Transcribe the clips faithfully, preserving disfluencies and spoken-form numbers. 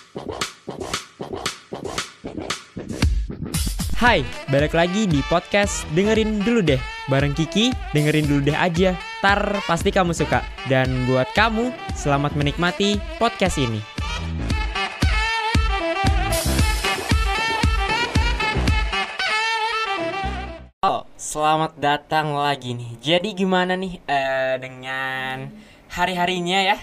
Hai, balik lagi di podcast Dengerin Dulu Deh. Bareng Kiki, dengerin dulu deh aja. Tar pasti kamu suka. Dan buat kamu, selamat menikmati podcast ini. Oh, selamat datang lagi nih. Jadi gimana nih uh, dengan hari-harinya ya?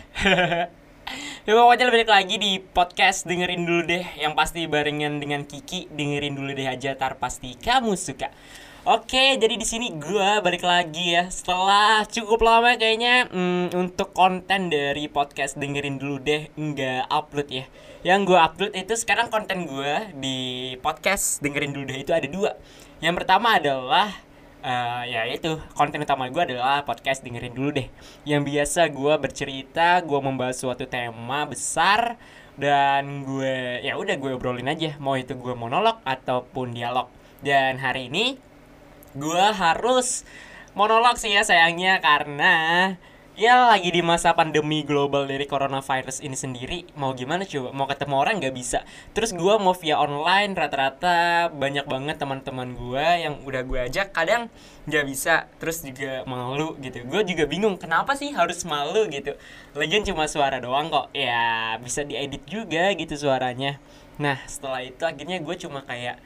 Ya pokoknya balik lagi di podcast Dengerin Dulu Deh, yang pasti barengan dengan Kiki. Dengerin dulu deh aja, tar pasti kamu suka. Oke, jadi di sini gue balik lagi ya setelah cukup lama kayaknya hmm, untuk konten dari podcast Dengerin Dulu Deh nggak upload ya. Yang gue upload itu sekarang konten gue di podcast Dengerin Dulu Deh itu ada dua. Yang pertama adalah Uh, ya itu konten utama gue adalah podcast Dengerin Dulu Deh, yang biasa gue bercerita, gue membahas suatu tema besar dan gue ya udah gue obrolin aja, mau itu gue monolog ataupun dialog. Dan hari ini gue harus monolog sih ya sayangnya, karena ya lagi di masa pandemi global dari coronavirus ini sendiri. Mau gimana coba, mau ketemu orang gak bisa. Terus gue mau via online, rata-rata banyak banget teman-teman gue yang udah gue ajak kadang gak bisa. Terus juga malu gitu. Gue juga bingung kenapa sih harus malu gitu. Lagian cuma suara doang kok. Ya bisa diedit juga gitu suaranya. Nah setelah itu akhirnya gue cuma kayak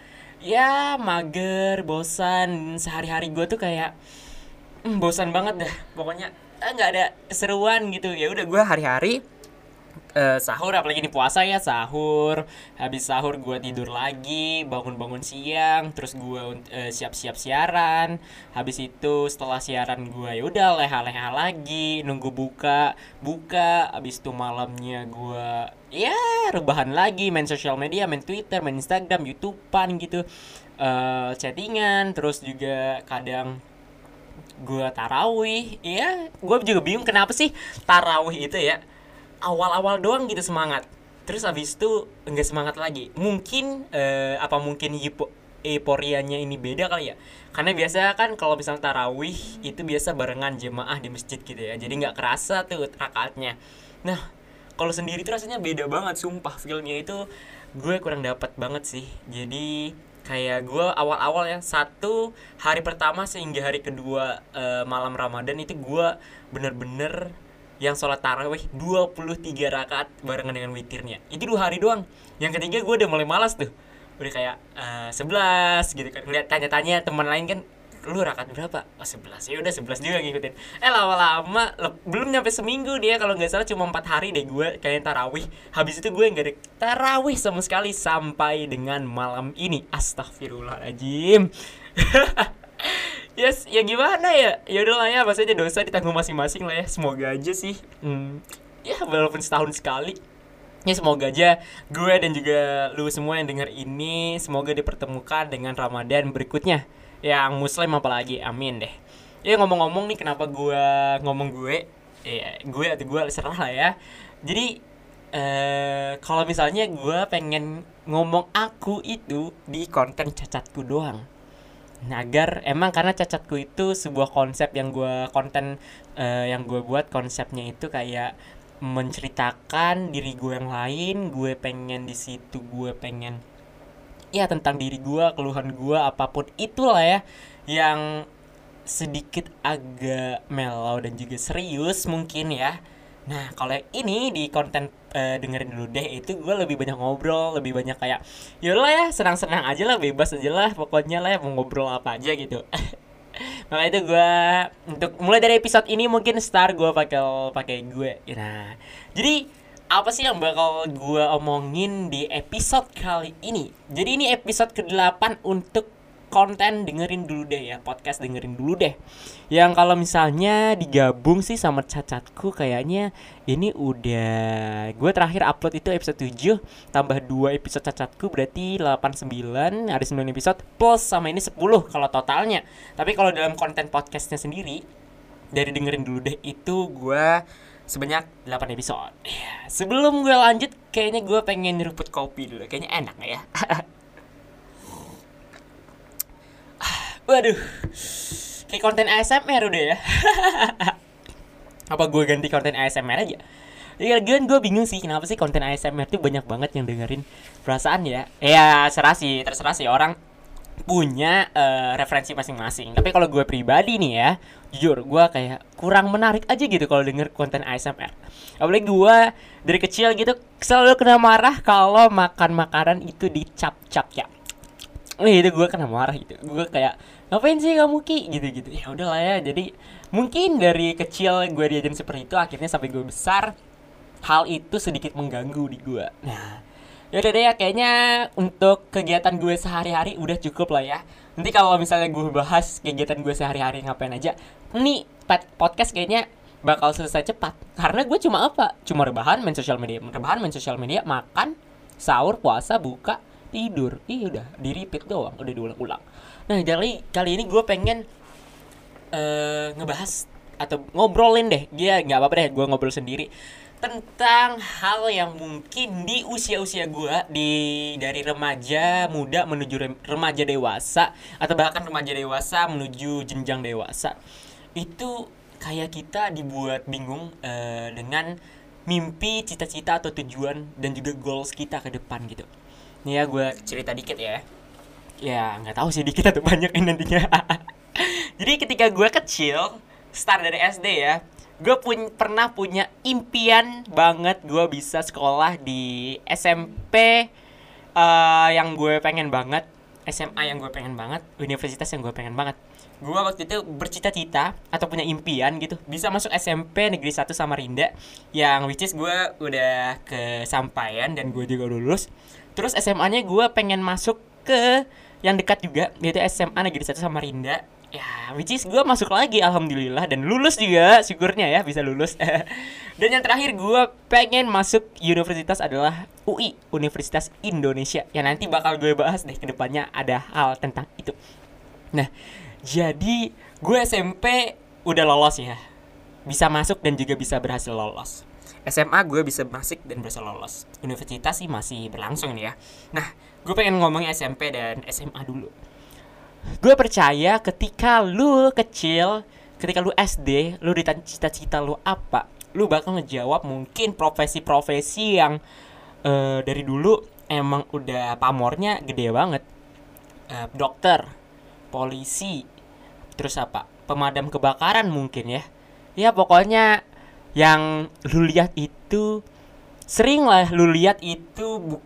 ya mager, bosan. Sehari-hari gue tuh kayak hmm, bosan banget dah pokoknya. Nggak ada keseruan gitu. Ya udah gue hari-hari uh, sahur, apalagi ini puasa ya, sahur, habis sahur gue tidur lagi, bangun-bangun siang, terus gue uh, siap-siap siaran. Habis itu setelah siaran gue ya udah leha-leha lagi, nunggu buka buka habis itu malamnya gue ya rebahan lagi, main sosial media, main Twitter, main Instagram, YouTubean gitu, uh, chattingan. Terus juga kadang gue tarawih. Iya, gue juga bingung kenapa sih tarawih itu ya awal-awal doang gitu semangat, terus habis itu enggak semangat lagi. Mungkin eh, apa mungkin hipo, euforianya ini beda kali ya, karena biasa kan kalau misalnya tarawih itu biasa barengan jemaah di masjid gitu ya, jadi nggak kerasa tuh rakaatnya. Nah kalau sendiri tuh rasanya beda banget, sumpah feelnya itu gue kurang dapat banget sih. Jadi kayak gue awal-awal ya, satu hari pertama sehingga hari kedua e, malam Ramadan itu gue bener-bener yang sholat tarawih dua puluh tiga rakaat barengan dengan witirnya. Itu dua hari doang. Yang ketiga gue udah mulai malas tuh, udah kayak e, sebelas gitu kan. Lihat tanya-tanya teman lain kan, lu rakaat berapa? Oh sebelas, ya udah sebelas juga ngikutin. Eh lama-lama le- belum nyampe seminggu dia, kalau nggak salah cuma empat hari deh gue kayak tarawih. Habis itu gue nggak ada tarawih sama sekali sampai dengan malam ini. Astagfirullahaladzim. Yes, ya gimana ya? Ya udahlah ya, maksudnya dosa ditanggung masing-masing lah ya. Semoga aja sih. Hmm, ya walaupun setahun sekali. Ya semoga aja gue dan juga lu semua yang denger ini semoga dipertemukan dengan Ramadan berikutnya, yang muslim apalagi, amin deh. Ya ngomong-ngomong nih, kenapa gue ngomong gue ya gue atau gue serah lah ya. Jadi eh, kalau misalnya gue pengen ngomong aku itu di konten cacatku doang. Nah, agar emang karena cacatku itu sebuah konsep yang gue konten eh, yang gue buat, konsepnya itu kayak menceritakan diri gue yang lain. Gue pengen di situ, gue pengen ya tentang diri gue, keluhan gue, apapun itulah ya, yang sedikit agak mellow dan juga serius mungkin ya. Nah kalau ini di konten e, Dengerin Dulu Deh itu gue lebih banyak ngobrol, lebih banyak kayak yaudah ya senang-senang aja lah, bebas aja lah pokoknya lah ya, mau ngobrol apa aja gitu. Maka itu gue untuk mulai dari episode ini mungkin start gue pakai pakai gue. Nah jadi apa sih yang bakal gue omongin di episode kali ini? Jadi ini episode kedelapan untuk konten Dengerin Dulu Deh ya, podcast Dengerin Dulu Deh. Yang kalau misalnya digabung sih sama cacatku kayaknya ini udah, gue terakhir upload itu episode tujuh tambah dua episode cacatku berarti delapan sembilan, ada sembilan episode plus sama ini sepuluh kalau totalnya. Tapi kalau dalam konten podcastnya sendiri dari Dengerin Dulu Deh itu gue sebanyak delapan episode. Sebelum gue lanjut, kayaknya gue pengen nyeruput kopi dulu. Kayaknya enak gak ya? Waduh, kayak konten A S M R udah ya. Apa gue ganti konten A S M R aja? Ya kan gue bingung sih kenapa sih konten A S M R tuh banyak banget yang dengerin. Perasaan ya, ya serah sih, terserah sih orang punya eh, referensi masing-masing. Tapi kalau gue pribadi nih ya, jujur gue kayak kurang menarik aja gitu kalau denger konten A S M R. Apalagi gue dari kecil gitu selalu kena marah kalau makan makanan itu dicap-cap ya. Eh, itu gue kena marah gitu. Gue kayak ngapain sih kamu Ki gitu-gitu. Ya udahlah ya. Jadi mungkin dari kecil gue diajarin seperti itu, akhirnya sampai gue besar hal itu sedikit mengganggu di gue. Nah, yaudah deh ya, kayaknya untuk kegiatan gue sehari-hari udah cukup lah ya. Nanti kalau misalnya gue bahas kegiatan gue sehari-hari ngapain aja, nih podcast kayaknya bakal selesai cepat. Karena gue cuma apa? Cuma rebahan, main sosial media, rebahan, main sosial media, makan, sahur, puasa, buka, tidur. Ih udah, di repeat doang, udah diulang-ulang. Nah, jadi kali ini gue pengen uh, ngebahas atau ngobrolin deh. Dia nggak apa-apa deh, gue ngobrol sendiri tentang hal yang mungkin di usia-usia gue, di dari remaja muda menuju remaja dewasa atau bahkan remaja dewasa menuju jenjang dewasa, itu kayak kita dibuat bingung uh, dengan mimpi, cita-cita atau tujuan dan juga goals kita ke depan gitu. Nih ya gue cerita dikit ya. Ya nggak tahu sih dikit atau banyak ini nantinya. Jadi ketika gue kecil, start dari S D ya, gue pun pernah punya impian banget gue bisa sekolah di S M P uh, yang gue pengen banget, S M A yang gue pengen banget, universitas yang gue pengen banget. Gue waktu itu bercita-cita atau punya impian gitu, bisa masuk S M P Negeri satu Samarinda, yang which is gue udah kesampaian dan gue juga lulus. Terus S M A-nya gue pengen masuk ke yang dekat juga, yaitu S M A Negeri satu Samarinda. Ya, which is gue masuk lagi alhamdulillah dan lulus juga, syukurnya ya bisa lulus. Dan yang terakhir gue pengen masuk universitas adalah U I, Universitas Indonesia, yang nanti bakal gue bahas deh kedepannya, ada hal tentang itu. Nah, jadi gue S M P udah lolos ya, bisa masuk dan juga bisa berhasil lolos. S M A gue bisa masuk dan berhasil lolos. Universitas sih masih berlangsung nih ya. Nah, gue pengen ngomongin S M P dan S M A dulu. Gue percaya ketika lu kecil, ketika lu S D, lu ditanya cita-cita lu apa, lu bakal ngejawab mungkin profesi-profesi yang uh, dari dulu emang udah pamornya gede banget. uh, Dokter, polisi, terus apa, pemadam kebakaran mungkin ya. Ya pokoknya yang lu lihat itu, sering lah lu lihat itu bukan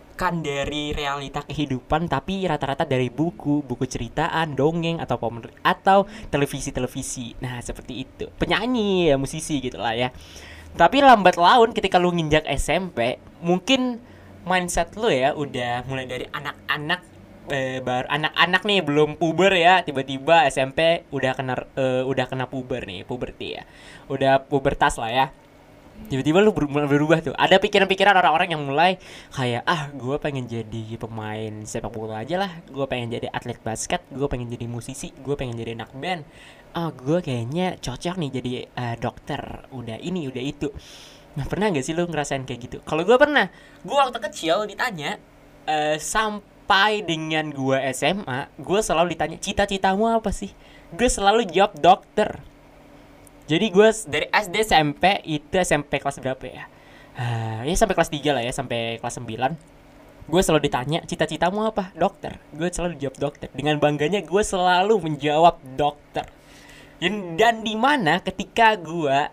dari realita kehidupan, tapi rata-rata dari buku, buku ceritaan, dongeng, atau pemer- atau televisi-televisi. Nah seperti itu, penyanyi ya, musisi gitu lah ya. Tapi lambat laun ketika lu nginjak S M P, mungkin mindset lu ya udah mulai dari anak-anak, eh, baru anak-anak nih belum puber ya, tiba-tiba S M P udah kena uh, udah kena puber nih, puberti ya, udah pubertas lah ya. Tiba-tiba lu ber- berubah tuh, ada pikiran-pikiran orang-orang yang mulai kayak, ah gue pengen jadi pemain sepak bola aja lah, gue pengen jadi atlet basket, gue pengen jadi musisi, gue pengen jadi anak band, ah gue kayaknya cocok nih jadi uh, dokter, udah ini udah itu. Nah pernah gak sih lu ngerasain kayak gitu? Kalau gue pernah. Gue waktu kecil ditanya, uh, sampai dengan gue S M A, gue selalu ditanya, cita-citamu apa sih? Gue selalu jawab dokter. Jadi gue dari S D S M P itu, S M P kelas berapa ya? Uh, ya sampai kelas tiga lah ya, sampai kelas sembilan. Gue selalu ditanya, cita-citamu apa? Dokter. Gue selalu jawab dokter. Dengan bangganya gue selalu menjawab dokter. Dan, dan di mana ketika gue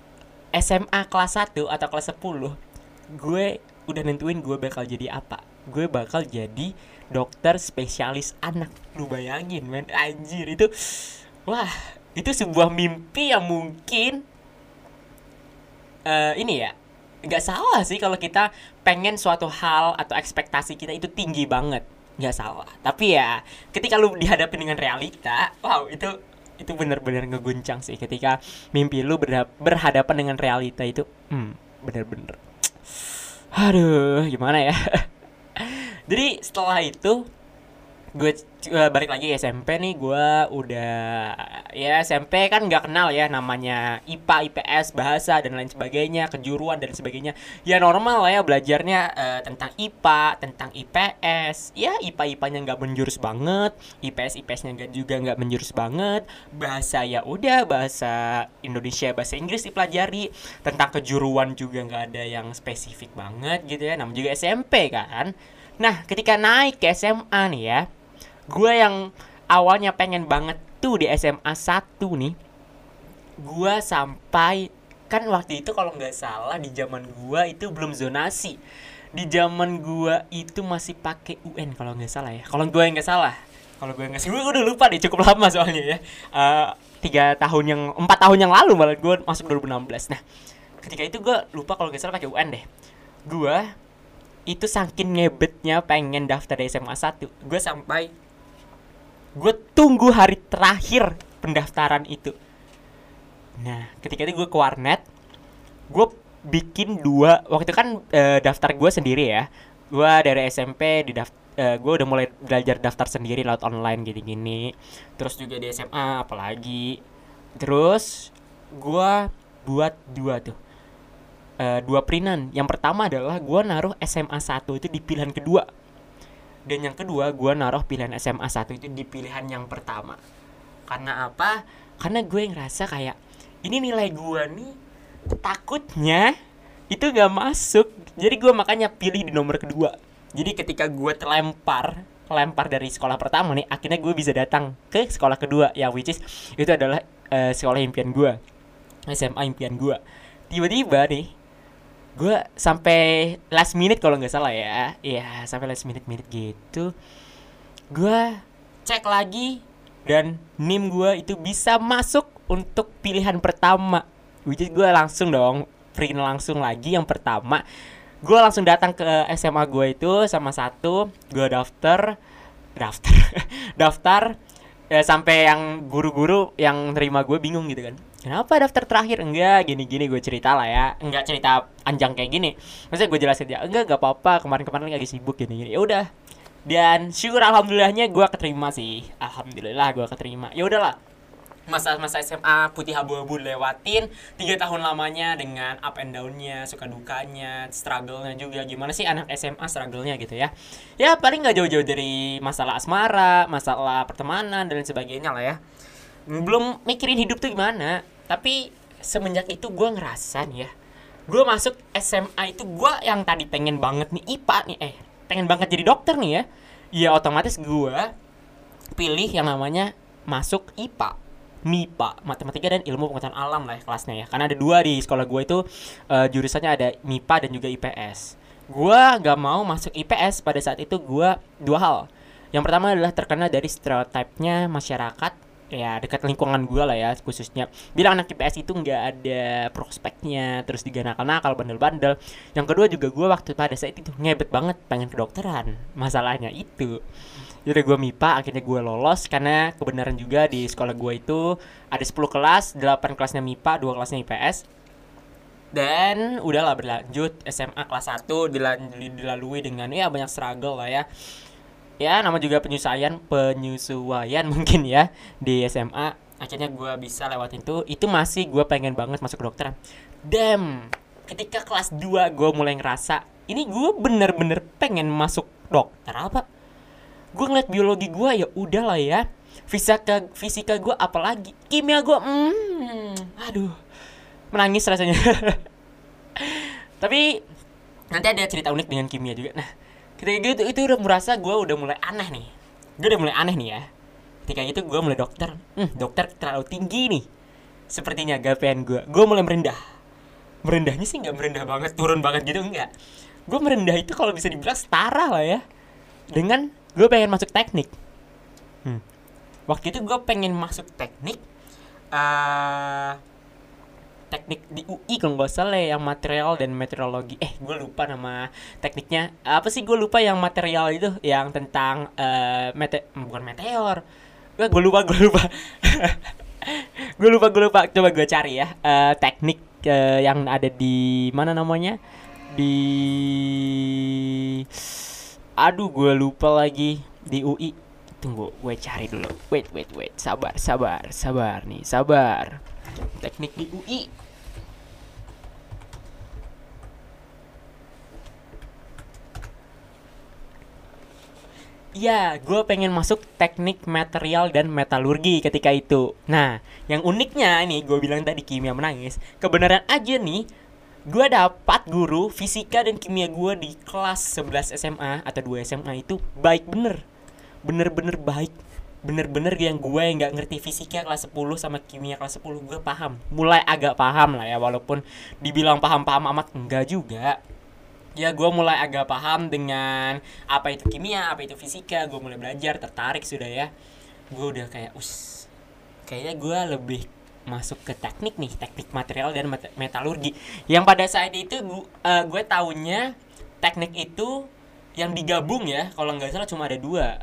S M A kelas satu atau kelas sepuluh, gue udah nentuin gue bakal jadi apa. Gue bakal jadi dokter spesialis anak. Lu bayangin men, anjir itu. Wah, itu sebuah mimpi yang mungkin uh, ini ya, nggak salah sih kalau kita pengen suatu hal atau ekspektasi kita itu tinggi banget, nggak salah. Tapi ya ketika lu dihadapin dengan realita, wow itu itu benar-benar ngeguncang sih. Ketika mimpi lu berha- berhadapan dengan realita itu, hmm, benar-benar, aduh gimana ya. Jadi setelah itu gue uh, balik lagi S M P nih. Gue udah, ya S M P kan nggak kenal ya namanya I P A, I P S, bahasa dan lain sebagainya, kejuruan dan sebagainya. Ya normal lah ya belajarnya uh, tentang I P A, tentang I P S. Ya I P A I P A-nya nggak menjurus banget, I P S I P S-nya nggak juga nggak menjurus banget. Bahasa ya udah bahasa Indonesia, bahasa Inggris dipelajari. Tentang kejuruan juga nggak ada yang spesifik banget gitu ya. Namanya juga S M P kan. Nah ketika naik ke S M A nih ya, gue yang awalnya pengen banget tuh di S M A satu nih, gue sampai, kan waktu itu kalau nggak salah di zaman gue itu belum zonasi. Di zaman gue itu masih pakai U N kalau nggak salah ya. Kalau gue nggak salah, kalau gue nggak salah, gue udah lupa deh, cukup lama soalnya ya. Uh, tiga tahun yang empat tahun yang lalu malah gue masuk dua ribu enam belas. Nah ketika itu gue lupa kalau nggak salah pakai U N deh. Gue itu saking ngebetnya pengen daftar di S M A satu, gue sampai gue tunggu hari terakhir pendaftaran itu. Nah ketika itu gue ke warnet, gue bikin dua, waktu itu kan e, daftar gue sendiri ya. Gue dari S M P di daftar, e, gue udah mulai belajar daftar sendiri lewat online gini-gini. Terus juga di S M A apalagi. Terus gue buat dua tuh Uh, dua printan. Yang pertama adalah gue naruh S M A satu itu di pilihan kedua. Dan yang kedua gue naruh pilihan S M A satu itu di pilihan yang pertama. Karena apa? Karena gue ngerasa kayak ini nilai gue nih takutnya itu gak masuk. Jadi gue makanya pilih di nomor kedua. Jadi ketika gue terlempar Lempar dari sekolah pertama nih, akhirnya gue bisa datang ke sekolah kedua, ya which is itu adalah uh, sekolah impian gue, S M A impian gue. Tiba-tiba nih gue sampai last minute kalau nggak salah ya, ya sampai last minute minute gitu, gue cek lagi dan N I M gue itu bisa masuk untuk pilihan pertama, which is gue langsung dong print langsung lagi yang pertama. Gue langsung datang ke S M A gue itu sama satu, gue daftar, daftar, daftar, ya, sampai yang guru-guru yang nerima gue bingung gitu kan. Kenapa daftar terakhir? Enggak, gini-gini gue cerita lah ya. Enggak cerita panjang kayak gini. Maksudnya gue jelasin dia, enggak, enggak apa-apa. Kemarin-kemarin lagi sibuk gini-gini. Ya udah. Dan syukur alhamdulillahnya gue keterima sih. Alhamdulillah gue keterima. Ya udahlah. Masa-masa S M A putih abu-abu lewatin, tiga tahun lamanya dengan up and down-nya, suka dukanya, struggle-nya juga. Gimana sih anak S M A struggle-nya gitu ya. Ya paling gak jauh-jauh dari masalah asmara, masalah pertemanan dan sebagainya lah ya. Belum mikirin hidup tuh gimana. Tapi semenjak itu gue ngerasa nih ya, gue masuk S M A itu gue yang tadi pengen banget nih I P A nih, eh pengen banget jadi dokter nih ya. Ya otomatis gue pilih yang namanya masuk I P A, M I P A, matematika dan ilmu pengetahuan alam lah ya kelasnya ya. Karena ada dua di sekolah gue itu, uh, jurusannya ada M I P A dan juga I P S. Gue gak mau masuk I P S pada saat itu. Gue dua hal. Yang pertama adalah terkena dari stereotipnya masyarakat, ya dekat lingkungan gue lah ya khususnya, bilang anak I P S itu nggak ada prospeknya, terus juga nakal-nakal, bandel-bandel. Yang kedua juga gue waktu pada saat itu ngebet banget pengen kedokteran, masalahnya itu. Jadi gue M I P A, akhirnya gue lolos karena kebenaran juga di sekolah gue itu ada sepuluh kelas, delapan kelasnya M I P A, dua kelasnya I P S. Dan udahlah berlanjut S M A kelas satu dilalui dengan ya banyak struggle lah ya. Ya nama juga penyesuaian penyesuaian mungkin ya di S M A. Akhirnya gue bisa lewatin itu. Itu masih gue pengen banget masuk kedokteran. Damn, ketika kelas dua gue mulai ngerasa ini gue bener-bener pengen masuk dokter apa. Gue ngeliat biologi gue ya udahlah ya, fisika fisika gue apalagi, kimia gue hmm aduh menangis rasanya. Tapi nanti ada cerita unik dengan kimia juga. Nah ketika gitu itu udah merasa gue udah mulai aneh nih. Gue udah mulai aneh nih ya. Ketika itu gue mulai dokter. Hmm, dokter terlalu tinggi nih. Sepertinya G P N gue. Gue mulai merendah. Merendahnya sih gak merendah banget, turun banget gitu, enggak. Gue merendah itu kalau bisa dibilang setara lah ya dengan gue pengen masuk teknik. Hmm. Waktu itu gue pengen masuk teknik. Uh, teknik di U I kalau nggak salah yang material dan meteorologi. Eh gue lupa nama tekniknya apa sih, gue lupa yang material itu yang tentang uh, mete bukan meteor. Gue lupa gue lupa gue lupa gue lupa coba gue cari ya. Uh, teknik uh, yang ada di mana namanya, di aduh gue lupa lagi, di U I. tunggu, gue cari dulu. Wait, wait, wait. Sabar, sabar, sabar nih, sabar. Teknik di U I. Ya, gue pengen masuk teknik material dan metalurgi ketika itu. Nah, yang uniknya ini gue bilang tadi kimia menangis. Kebenaran aja nih, gue dapat guru fisika dan kimia gue di kelas sebelas S M A atau dua S M A itu baik bener. Bener-bener baik. Bener-bener yang gue yang gak ngerti fisika kelas sepuluh sama kimia kelas sepuluh gue paham. Mulai agak paham lah ya, walaupun dibilang paham-paham amat enggak juga. Ya gue mulai agak paham dengan apa itu kimia, apa itu fisika. Gue mulai belajar, tertarik sudah ya. Gue udah kayak us, kayaknya gue lebih masuk ke teknik nih, teknik material dan metalurgi. Yang pada saat itu gue, uh, gue taunya teknik itu yang digabung ya, kalau nggak salah cuma ada dua,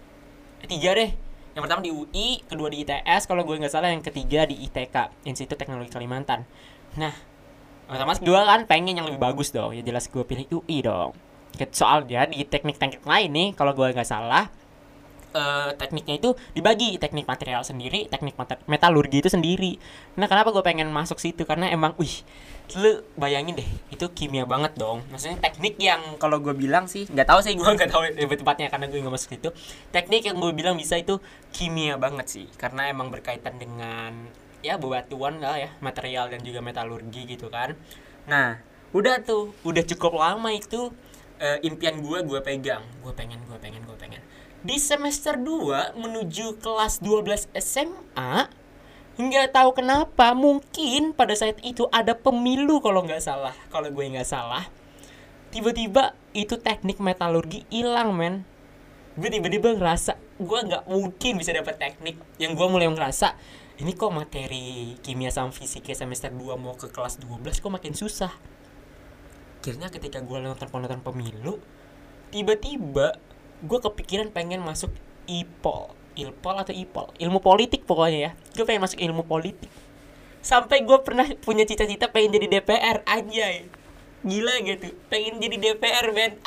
tiga deh. Yang pertama di U I, kedua di I T S, kalau gue nggak salah yang ketiga di I T K, Institut Teknologi Kalimantan. Nah, pertama gue kan pengen yang lebih bagus dong, ya jelas gue pilih U I dong. Soalnya di teknik-teknik lain nih, kalau gue nggak salah, uh, tekniknya itu dibagi, teknik material sendiri, teknik mat- metalurgi itu sendiri. Nah, kenapa gue pengen masuk situ? Karena emang, wih, lu bayangin deh, itu kimia banget dong. Maksudnya teknik yang kalau gue bilang sih, nggak tahu sih, gue nggak tahu lebih tepatnya karena gue nggak masuk situ. Teknik yang gue bilang bisa itu kimia banget sih, karena emang berkaitan dengan ya bebatuan lah ya, material dan juga metalurgi gitu kan. Nah, udah tuh, udah cukup lama itu uh, impian gue, gue pegang, gue pengen, gue pengen, gue pengen. Di semester dua menuju kelas dua belas S M A, nggak tahu kenapa, mungkin pada saat itu ada pemilu kalau nggak salah, kalau gue nggak salah, tiba-tiba itu teknik metalurgi hilang men. Gue tiba-tiba ngerasa gue nggak mungkin bisa dapat teknik. Yang gue mulai ngerasa, ini kok materi kimia sama fisika semester dua mau ke kelas dua belas kok makin susah. Akhirnya ketika gue nonton-nonton pemilu, tiba-tiba gue kepikiran pengen masuk I P O L, Ilpol atau Ipol, ilmu politik pokoknya ya. Gue pengen masuk ilmu politik. Sampai gue pernah punya cita-cita pengen jadi D P R, anjay. Gila gitu, pengen jadi D P R men.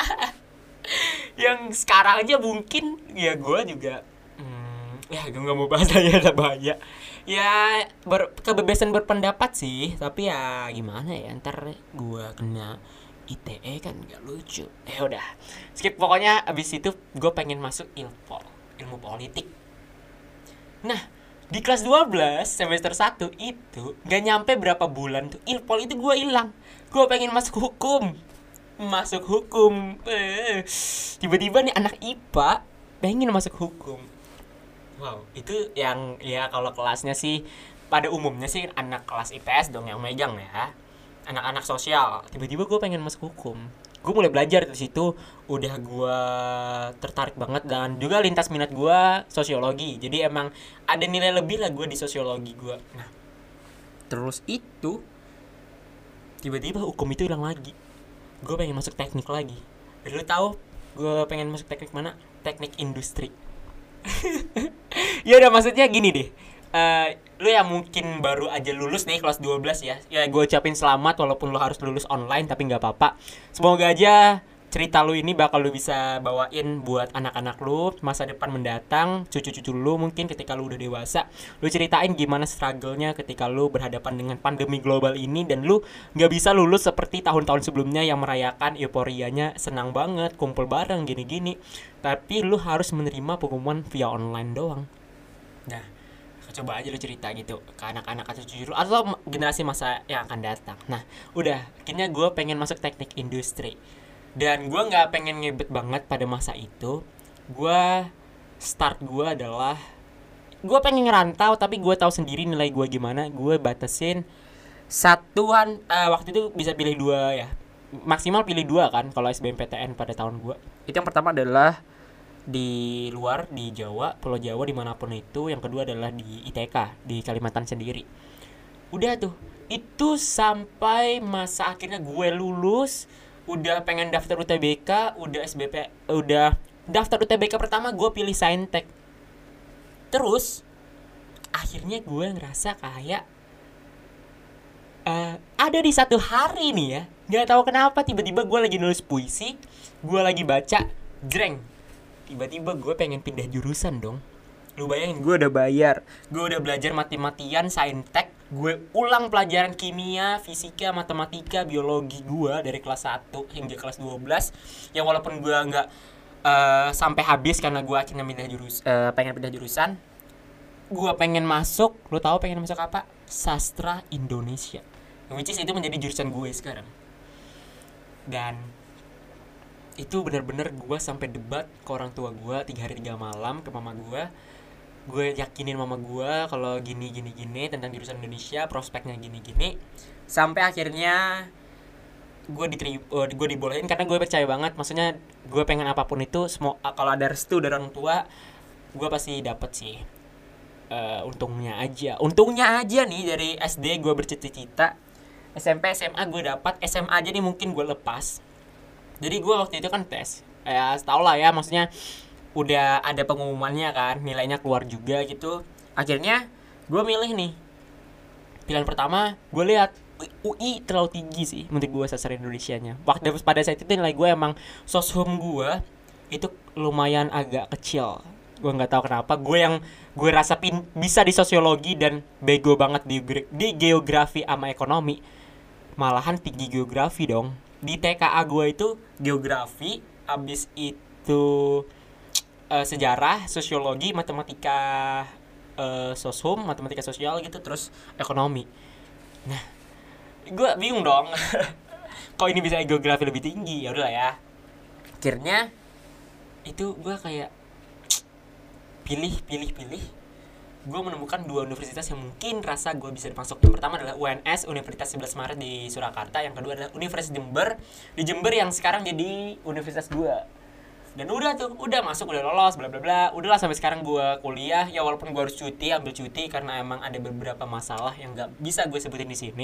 Yang sekarang aja mungkin ya gue juga hmm, ya gue nggak mau bahas lagi, ada bahaya. Ya ber, kebebasan berpendapat sih, tapi ya gimana ya, ntar gue kena I T E kan nggak lucu. Eh udah skip, pokoknya abis itu gue pengen masuk Ilpol, ilmu politik. Nah di kelas dua belas semester satu itu nggak nyampe berapa bulan tuh Ilpol itu gue hilang. Gue pengen masuk hukum, masuk hukum. Eh, tiba-tiba nih anak I P A pengen masuk hukum. Wow, itu yang ya kalau kelasnya sih pada umumnya sih anak kelas I P S dong yang megang ya. Anak-anak sosial. Tiba-tiba gue pengen masuk hukum. Gue mulai belajar di situ, udah gue tertarik banget, dan juga lintas minat gue sosiologi. Jadi emang ada nilai lebih lah gue di sosiologi gue. Nah, terus itu tiba-tiba hukum itu hilang lagi. Gue pengen masuk teknik lagi. Dan lu tahu gue pengen masuk teknik mana? Teknik industri. Ya udah, maksudnya gini deh. Uh, lu yang mungkin baru aja lulus nih kelas dua belas ya. Ya gue ucapin selamat walaupun lu harus lulus online, tapi enggak apa-apa. Semoga aja cerita lu ini bakal lu bisa bawain buat anak-anak lu masa depan mendatang, cucu-cucu lu mungkin ketika lu udah dewasa. Lu ceritain gimana struggle-nya ketika lu berhadapan dengan pandemi global ini, dan lu enggak bisa lulus seperti tahun-tahun sebelumnya yang merayakan euforianya, senang banget, kumpul bareng gini-gini. Tapi lu harus menerima pengumuman via online doang. Nah, coba aja lu cerita gitu ke anak-anak atau cucu lu atau generasi masa yang akan datang. Nah, udah, akhirnya gue pengen masuk teknik industri. Dan gue gak pengen ngebet banget pada masa itu. Gue, start gue adalah, gue pengen ngerantau tapi gue tahu sendiri nilai gue gimana. Gue batasin satuan, uh, waktu itu bisa pilih dua ya, maksimal pilih dua kan kalau S B M P T N pada tahun gue. Itu yang pertama adalah di luar, di Jawa, Pulau Jawa, dimanapun itu. Yang kedua adalah di I T K, di Kalimantan sendiri. Udah tuh, itu sampai masa akhirnya gue lulus, udah pengen daftar U T B K, udah S B P, udah daftar U T B K pertama gue pilih Saintek. Terus akhirnya gue ngerasa kayak uh, ada di satu hari nih ya, nggak tahu kenapa tiba-tiba gue lagi nulis puisi, gue lagi baca, jreng, tiba-tiba gue pengen pindah jurusan dong. Lu bayangin, gue udah bayar, gue udah belajar mati-matian saintek, gue ulang pelajaran kimia, fisika, matematika, biologi gue dari kelas satu hingga kelas dua belas. Yang walaupun gue nggak uh, sampai habis karena gue akhirnya pindah jurus, uh, pengen pindah jurusan. Gue pengen masuk, lu tahu pengen masuk apa? Sastra Indonesia, which is itu menjadi jurusan gue sekarang. Dan itu benar-benar gue sampai debat ke orang tua gue tiga hari tiga malam, ke mama gue. Gue yakinin mama gue kalau gini gini gini tentang jurusan Indonesia, prospeknya gini gini. Sampai akhirnya gue diterima, uh, gue dibolehin karena gue percaya banget. Maksudnya gue pengen apapun itu, semua kalau ada restu dari orang tua, gue pasti dapet sih. Uh, untungnya aja, untungnya aja nih dari S D gue bercita-cita, S M P S M A gue dapat, S M A aja nih mungkin gue lepas. Jadi gue waktu itu kan tes, ya tau lah ya, maksudnya udah ada pengumumannya kan, nilainya keluar juga gitu. Akhirnya gue milih nih. Pilihan pertama gue lihat U I terlalu tinggi sih menurut gue sastra Indonesianya. Waktu pada saat itu nilai gue emang soshum gue itu lumayan agak kecil. Gue nggak tahu kenapa. Gue yang gue rasa pin, bisa di sosiologi dan bego banget di, di geografi sama ekonomi. Malahan tinggi geografi dong. Di T K A gue itu geografi, abis itu Uh, sejarah, sosiologi, matematika, uh, soshum, matematika sosial gitu, terus ekonomi. Nah, gue bingung dong. Kok ini bisa geografi lebih tinggi? Ya udahlah ya. Akhirnya itu gue kayak pilih, pilih, pilih. Gue menemukan dua universitas yang mungkin rasa gue bisa masuk. Yang pertama adalah U N S, Universitas sebelas Maret di Surakarta. Yang kedua adalah Universitas Jember di Jember yang sekarang jadi universitas gue. Dan udah tuh, udah masuk, udah lolos, bla bla bla. Udahlah sampai sekarang gue kuliah. Ya walaupun gue harus cuti, ambil cuti karena emang ada beberapa masalah yang nggak bisa gue sebutin di sini.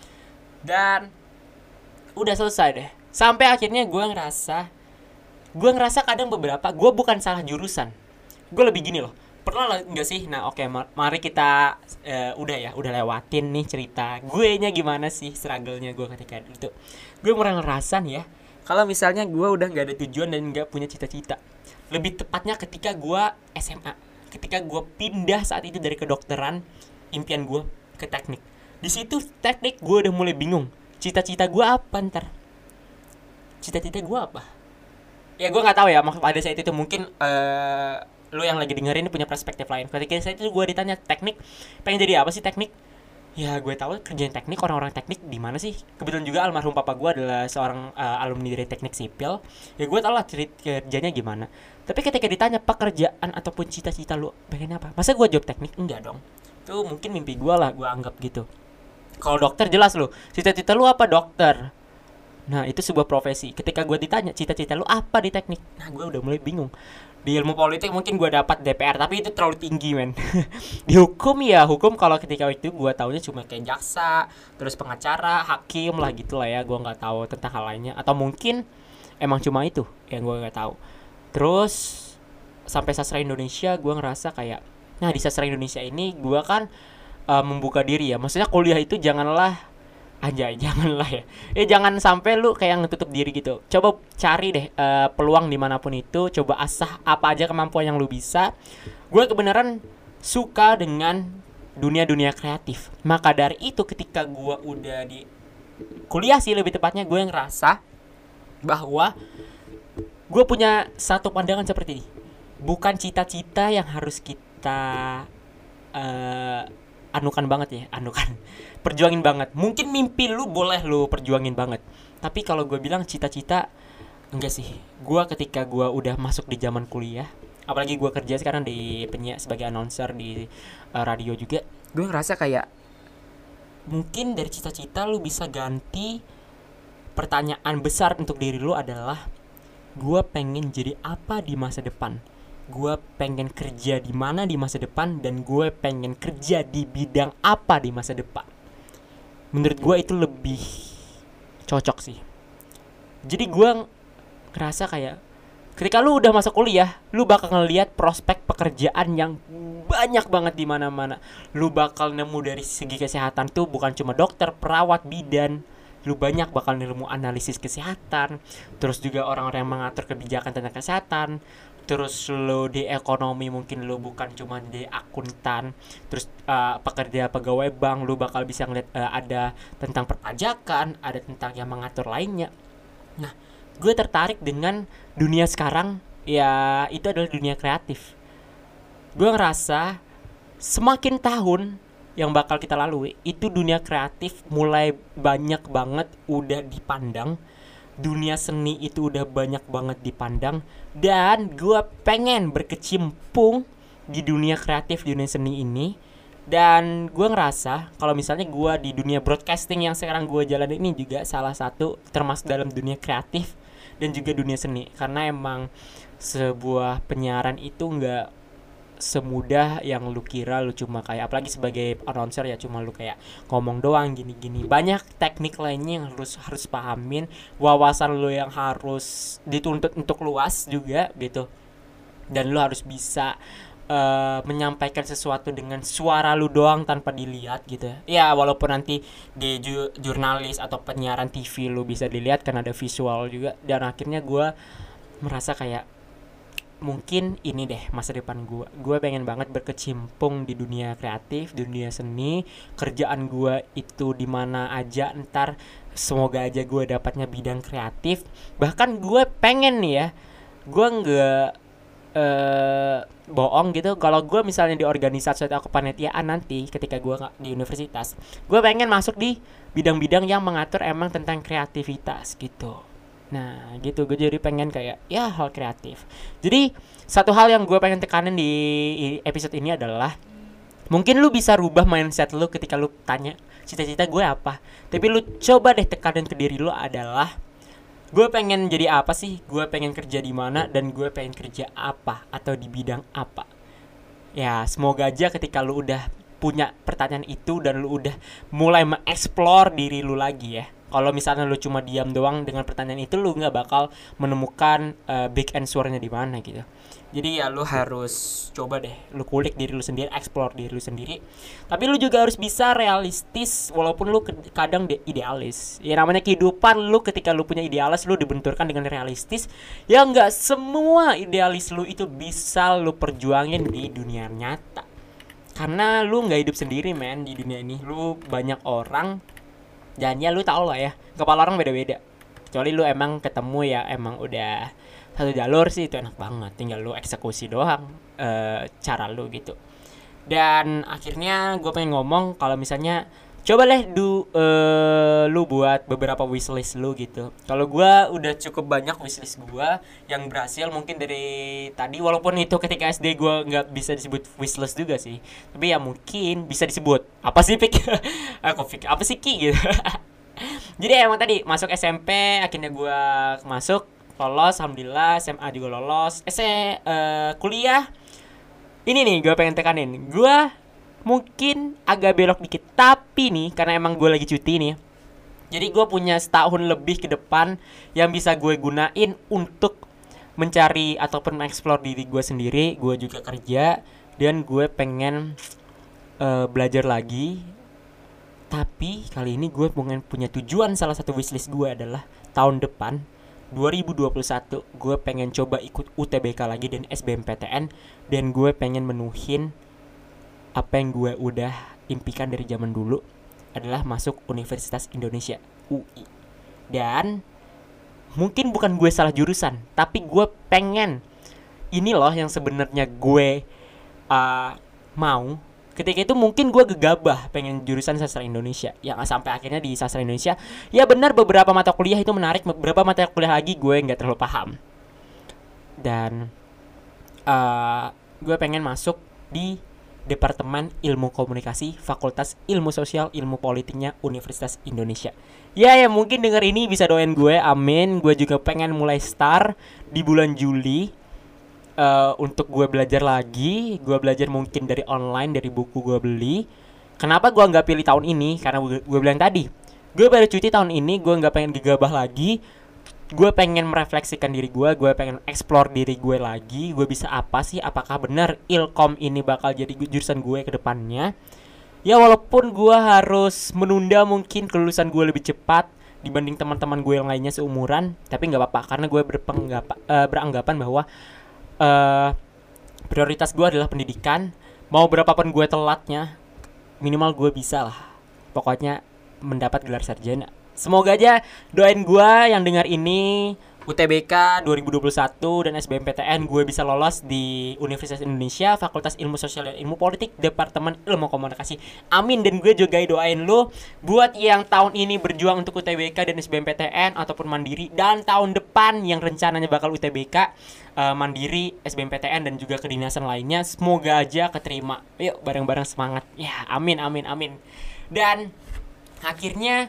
Dan udah selesai deh. Sampai akhirnya gue ngerasa, gue ngerasa kadang beberapa, gue bukan salah jurusan. Gue lebih gini loh. Pernah nggak sih? Nah oke, okay, mari kita uh, udah ya, udah lewatin nih cerita gue nya gimana sih struggle-nya gue ketika itu. Gue mulai ngerasa nih ya, kalau misalnya gue udah gak ada tujuan dan gak punya cita-cita. Lebih tepatnya ketika gue S M A. Ketika gue pindah saat itu dari kedokteran, impian gue ke teknik. Di situ teknik gue udah mulai bingung. Cita-cita gue apa ntar? Cita-cita gue apa? Ya gue gak tahu ya, pada saat itu mungkin uh, lo yang lagi dengerin punya perspektif lain. Ketika saat itu gue ditanya teknik, pengen jadi apa sih teknik? Ya gue tahu kerjaan teknik, orang-orang teknik di mana sih. Kebetulan juga almarhum papa gue adalah seorang uh, alumni dari teknik sipil. Ya gue tahu lah kerjanya gimana. Tapi ketika ditanya pekerjaan ataupun cita-cita lu pengen apa, masa gue jawab teknik? Enggak dong. Itu mungkin mimpi gue lah, gue anggap gitu. Kalau dokter jelas lu, cita-cita lu apa? Dokter. Nah itu sebuah profesi. Ketika gue ditanya cita-cita lu apa di teknik, nah gue udah mulai bingung. Di ilmu politik mungkin gue dapat D P R, tapi itu terlalu tinggi men. Di hukum ya, hukum kalau ketika itu gue taunya cuma kayak jaksa, terus pengacara, hakim lah gitu lah ya. Gue nggak tahu tentang hal lainnya, atau mungkin emang cuma itu yang gue nggak tahu. Terus sampai sastra Indonesia gue ngerasa kayak, nah di sastra Indonesia ini gue kan uh, membuka diri ya. Maksudnya kuliah itu janganlah Anjay, janganlah ya. Eh jangan sampai lu kayak ngetutup diri gitu. Coba cari deh uh, peluang dimanapun itu. Coba asah apa aja kemampuan yang lu bisa. Gue kebenaran suka dengan dunia-dunia kreatif. Maka dari itu ketika gue udah di kuliah sih lebih tepatnya, gue ngerasa bahwa gue punya satu pandangan seperti ini. Bukan cita-cita yang harus kita uh, anukan banget ya, anukan. Perjuangin banget. Mungkin mimpi lu boleh lu perjuangin banget. Tapi kalau gue bilang cita-cita, enggak sih. Gue ketika gue udah masuk di zaman kuliah, apalagi gue kerja sekarang di penyiar sebagai announcer di uh, radio juga, gue ngerasa kayak mungkin dari cita-cita lu bisa ganti pertanyaan besar untuk diri lu adalah, gue pengen jadi apa di masa depan. Gue pengen kerja di mana di masa depan, dan gue pengen kerja di bidang apa di masa depan. Menurut gue itu lebih cocok sih. Jadi gue ngerasa kayak ketika lu udah masuk kuliah, lu bakal ngelihat prospek pekerjaan yang banyak banget di mana-mana. Lu bakal nemu dari segi kesehatan tuh bukan cuma dokter, perawat, bidan, lu banyak bakal ilmu analisis kesehatan, terus juga orang-orang yang mengatur kebijakan tentang kesehatan, terus lu di ekonomi mungkin lu bukan cuma di akuntan, terus uh, pekerja pegawai bank lu bakal bisa ngeliat uh, ada tentang perpajakan, ada tentang yang mengatur lainnya. Nah, gue tertarik dengan dunia sekarang, ya itu adalah dunia kreatif. Gue ngerasa semakin tahun yang bakal kita lalui, itu dunia kreatif mulai banyak banget udah dipandang. Dunia seni itu udah banyak banget dipandang. Dan gue pengen berkecimpung di dunia kreatif, di dunia seni ini. Dan gue ngerasa kalau misalnya gue di dunia broadcasting yang sekarang gue jalan ini juga salah satu termasuk dalam dunia kreatif dan juga dunia seni. Karena emang sebuah penyiaran itu gak semudah yang lu kira. Lu cuma kayak, apalagi sebagai announcer ya, cuma lu kayak ngomong doang gini-gini. Banyak teknik lainnya yang harus harus pahamin, wawasan lu yang harus dituntut untuk luas juga gitu. Dan lu harus bisa uh, menyampaikan sesuatu dengan suara lu doang tanpa dilihat gitu. Ya walaupun nanti di ju- jurnalis atau penyiaran T V lu bisa dilihat kan ada visual juga. Dan akhirnya gue merasa kayak mungkin ini deh masa depan gue. Gue pengen banget berkecimpung di dunia kreatif, di dunia seni. Kerjaan gue itu di mana aja ntar, semoga aja gue dapatnya bidang kreatif. Bahkan gue pengen nih ya, gue nggak uh, bohong gitu, kalau gue misalnya di organisasi atau kepanitiaan nanti ketika gue di universitas, gue pengen masuk di bidang-bidang yang mengatur emang tentang kreativitas gitu. Nah gitu, gue jadi pengen kayak ya hal kreatif. Jadi satu hal yang gue pengen tekanin di episode ini adalah, mungkin lu bisa rubah mindset lu ketika lu tanya cita-cita gue apa. Tapi lu coba deh tekanin ke diri lu adalah, gue pengen jadi apa sih, gue pengen kerja di mana, dan gue pengen kerja apa atau di bidang apa. Ya semoga aja ketika lu udah punya pertanyaan itu dan lu udah mulai mengeksplor diri lu lagi ya. Kalau misalnya lu cuma diam doang dengan pertanyaan itu, lu nggak bakal menemukan uh, big answer-nya di mana gitu. Jadi ya lu harus coba deh, lu kulik diri lu sendiri, explore diri lu sendiri. Tapi lu juga harus bisa realistis, walaupun lu kadang de- idealis. Ya namanya kehidupan, lu ketika lu punya idealis, lu dibenturkan dengan realistis. Ya nggak semua idealis lu itu bisa lu perjuangin di dunia nyata. Karena lu nggak hidup sendiri men di dunia ini. Lu banyak orang. Dan ya lu tau lah ya, kepala orang beda-beda. Kecuali lu emang ketemu ya emang udah satu jalur sih, itu enak banget. Tinggal lu eksekusi doang uh, cara lu gitu. Dan akhirnya gue pengen ngomong kalau misalnya coba deh du, uh, lu buat beberapa wishlist lu gitu. Kalau gue udah cukup banyak wishlist gue yang berhasil mungkin dari tadi. Walaupun itu ketika S D gue gak bisa disebut wishlist juga sih, tapi ya mungkin bisa disebut. Apa sih Pik? Aku Pik, apa sih Ki gitu. Jadi emang tadi masuk S M P, akhirnya gue masuk, lolos, alhamdulillah. S M A juga lolos. S E, uh, kuliah. Ini nih gue pengen tekanin, gue mungkin agak belok dikit, tapi nih karena emang gue lagi cuti nih, jadi gue punya setahun lebih ke depan yang bisa gue gunain untuk mencari ataupun mengeksplor diri gue sendiri. Gue juga kerja dan gue pengen uh, belajar lagi. Tapi kali ini gue pengen punya tujuan, salah satu wishlist gue adalah tahun depan dua ribu dua puluh satu gue pengen coba ikut U T B K lagi dan S B M P T N. Dan gue pengen menuhin apa yang gue udah impikan dari zaman dulu, adalah masuk Universitas Indonesia, U I. Dan mungkin bukan gue salah jurusan, tapi gue pengen, ini loh yang sebenarnya gue uh, mau. Ketika itu mungkin gue gegabah pengen jurusan sastra Indonesia, yang sampai akhirnya di sastra Indonesia ya benar beberapa mata kuliah itu menarik, beberapa mata kuliah lagi gue nggak terlalu paham. Dan uh, gue pengen masuk di Departemen Ilmu Komunikasi, Fakultas Ilmu Sosial Ilmu Politiknya Universitas Indonesia. Ya ya mungkin denger ini bisa doain gue, amin. Gue juga pengen mulai start di bulan Juli uh, untuk gue belajar lagi. Gue belajar mungkin dari online, dari buku gue beli. Kenapa gue gak pilih tahun ini? Karena gue, gue bilang tadi, gue baru cuti tahun ini, gue gak pengen gegabah lagi. Gue pengen merefleksikan diri gue, gue pengen explore diri gue lagi. Gue bisa apa sih? Apakah benar Ilkom ini bakal jadi jurusan gue ke depannya? Ya walaupun gue harus menunda mungkin kelulusan gue lebih cepat, dibanding teman-teman gue yang lainnya seumuran. Tapi nggak apa-apa karena gue berpenggapan, uh, beranggapan bahwa uh, prioritas gue adalah pendidikan. Mau berapapun gue telatnya, minimal gue bisa lah pokoknya mendapat gelar sarjana. Semoga aja doain gue yang dengar ini U T B K dua ribu dua puluh satu dan S B M P T N gue bisa lolos di Universitas Indonesia Fakultas Ilmu Sosial dan Ilmu Politik Departemen Ilmu Komunikasi. Amin. Dan gue juga doain lu buat yang tahun ini berjuang untuk U T B K dan S B M P T N ataupun mandiri, dan tahun depan yang rencananya bakal U T B K, uh, mandiri, S B M P T N dan juga kedinasan lainnya, semoga aja keterima. Yuk bareng-bareng semangat. Ya, amin amin amin. Dan akhirnya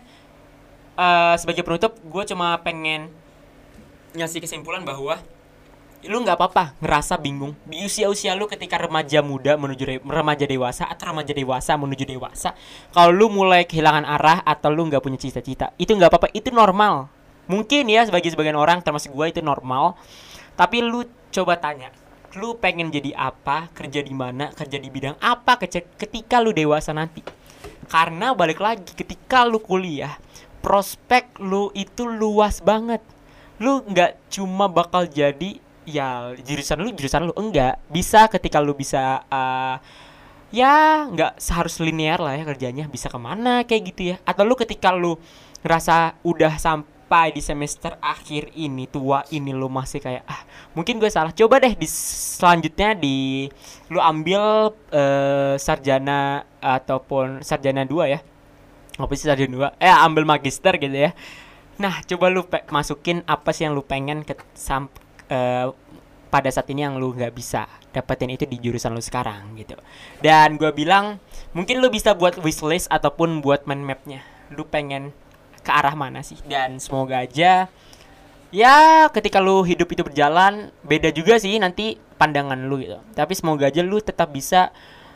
uh, sebagai penutup gue cuma pengen ngasih kesimpulan bahwa lu nggak apa-apa ngerasa bingung di usia-usia lu ketika remaja muda menuju re- remaja dewasa atau remaja dewasa menuju dewasa. Kalau lu mulai kehilangan arah atau lu nggak punya cita-cita, itu nggak apa-apa, itu normal. Mungkin ya sebagai sebagian orang termasuk gue itu normal. Tapi lu coba tanya, lu pengen jadi apa, kerja di mana, kerja di bidang apa ketika lu dewasa nanti. Karena balik lagi, ketika lu kuliah, prospek lu itu luas banget. Lu nggak cuma bakal jadi ya jurusan lu jurusan lu enggak, bisa ketika lu bisa uh, ya nggak seharus linear lah ya kerjanya, bisa kemana kayak gitu ya. Atau lu ketika lu ngerasa udah sampai di semester akhir ini, tua ini, lu masih kayak ah mungkin gue salah, coba deh di selanjutnya di lu ambil uh, sarjana ataupun sarjana dua ya, apa sih sarjana dua, eh ambil magister gitu ya. Nah, coba lu pe- masukin apa sih yang lu pengen ke sam- uh, pada saat ini yang lu nggak bisa dapetin itu di jurusan lu sekarang gitu. Dan gue bilang mungkin lu bisa buat wishlist ataupun buat mind mapnya. Lu pengen ke arah mana sih? Dan semoga aja ya ketika lu hidup itu berjalan, beda juga sih nanti pandangan lu gitu. Tapi semoga aja lu tetap bisa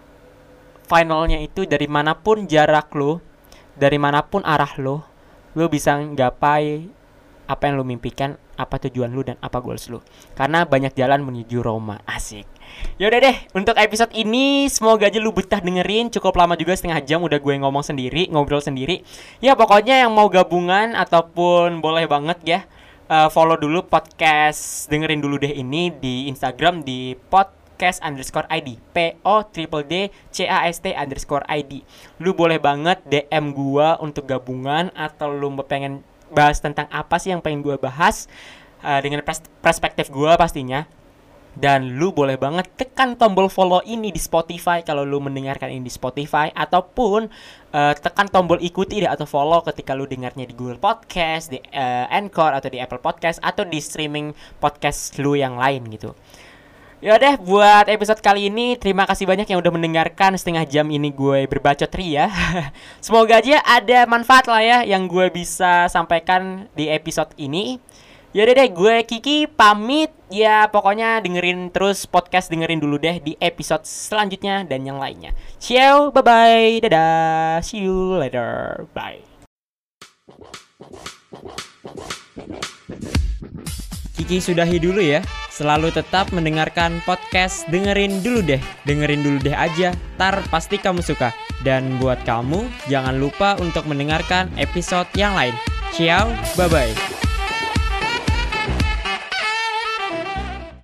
finalnya itu dari manapun jarak lu, dari manapun arah lu, lu bisa nggapai apa yang lu mimpikan, apa tujuan lu dan apa goals lu. Karena banyak jalan menuju Roma. Asik. Yaudah deh, untuk episode ini semoga aja lu betah dengerin. Cukup lama juga, setengah jam udah gue ngomong sendiri, ngobrol sendiri. Ya pokoknya yang mau gabungan ataupun boleh banget ya, uh, follow dulu podcast dengerin dulu deh ini di Instagram di pod podcast underscore id, P O triple D C A S T underscore id. Lu boleh banget D M gua untuk gabungan, atau lu pengen bahas tentang apa sih yang pengen gua bahas, uh, dengan pers- perspektif gua pastinya. Dan lu boleh banget tekan tombol follow ini di Spotify kalau lu mendengarkan ini di Spotify, ataupun uh, tekan tombol ikuti deh atau follow ketika lu dengarnya di Google Podcast, di uh, Anchor atau di Apple Podcast atau di streaming podcast lu yang lain gitu. Yaudah, buat episode kali ini terima kasih banyak yang udah mendengarkan setengah jam ini gue berbacot ria. Semoga aja ada manfaat lah ya yang gue bisa sampaikan di episode ini. Yaudah deh, gue Kiki pamit. Ya pokoknya dengerin terus podcast dengerin dulu deh di episode selanjutnya dan yang lainnya. Ciao, bye bye, dadah, see you later, bye. Kiki sudahi dulu ya. Selalu tetap mendengarkan podcast dengerin dulu deh. Dengerin dulu deh aja, tar pasti kamu suka. Dan buat kamu, jangan lupa untuk mendengarkan episode yang lain. Ciao, bye-bye.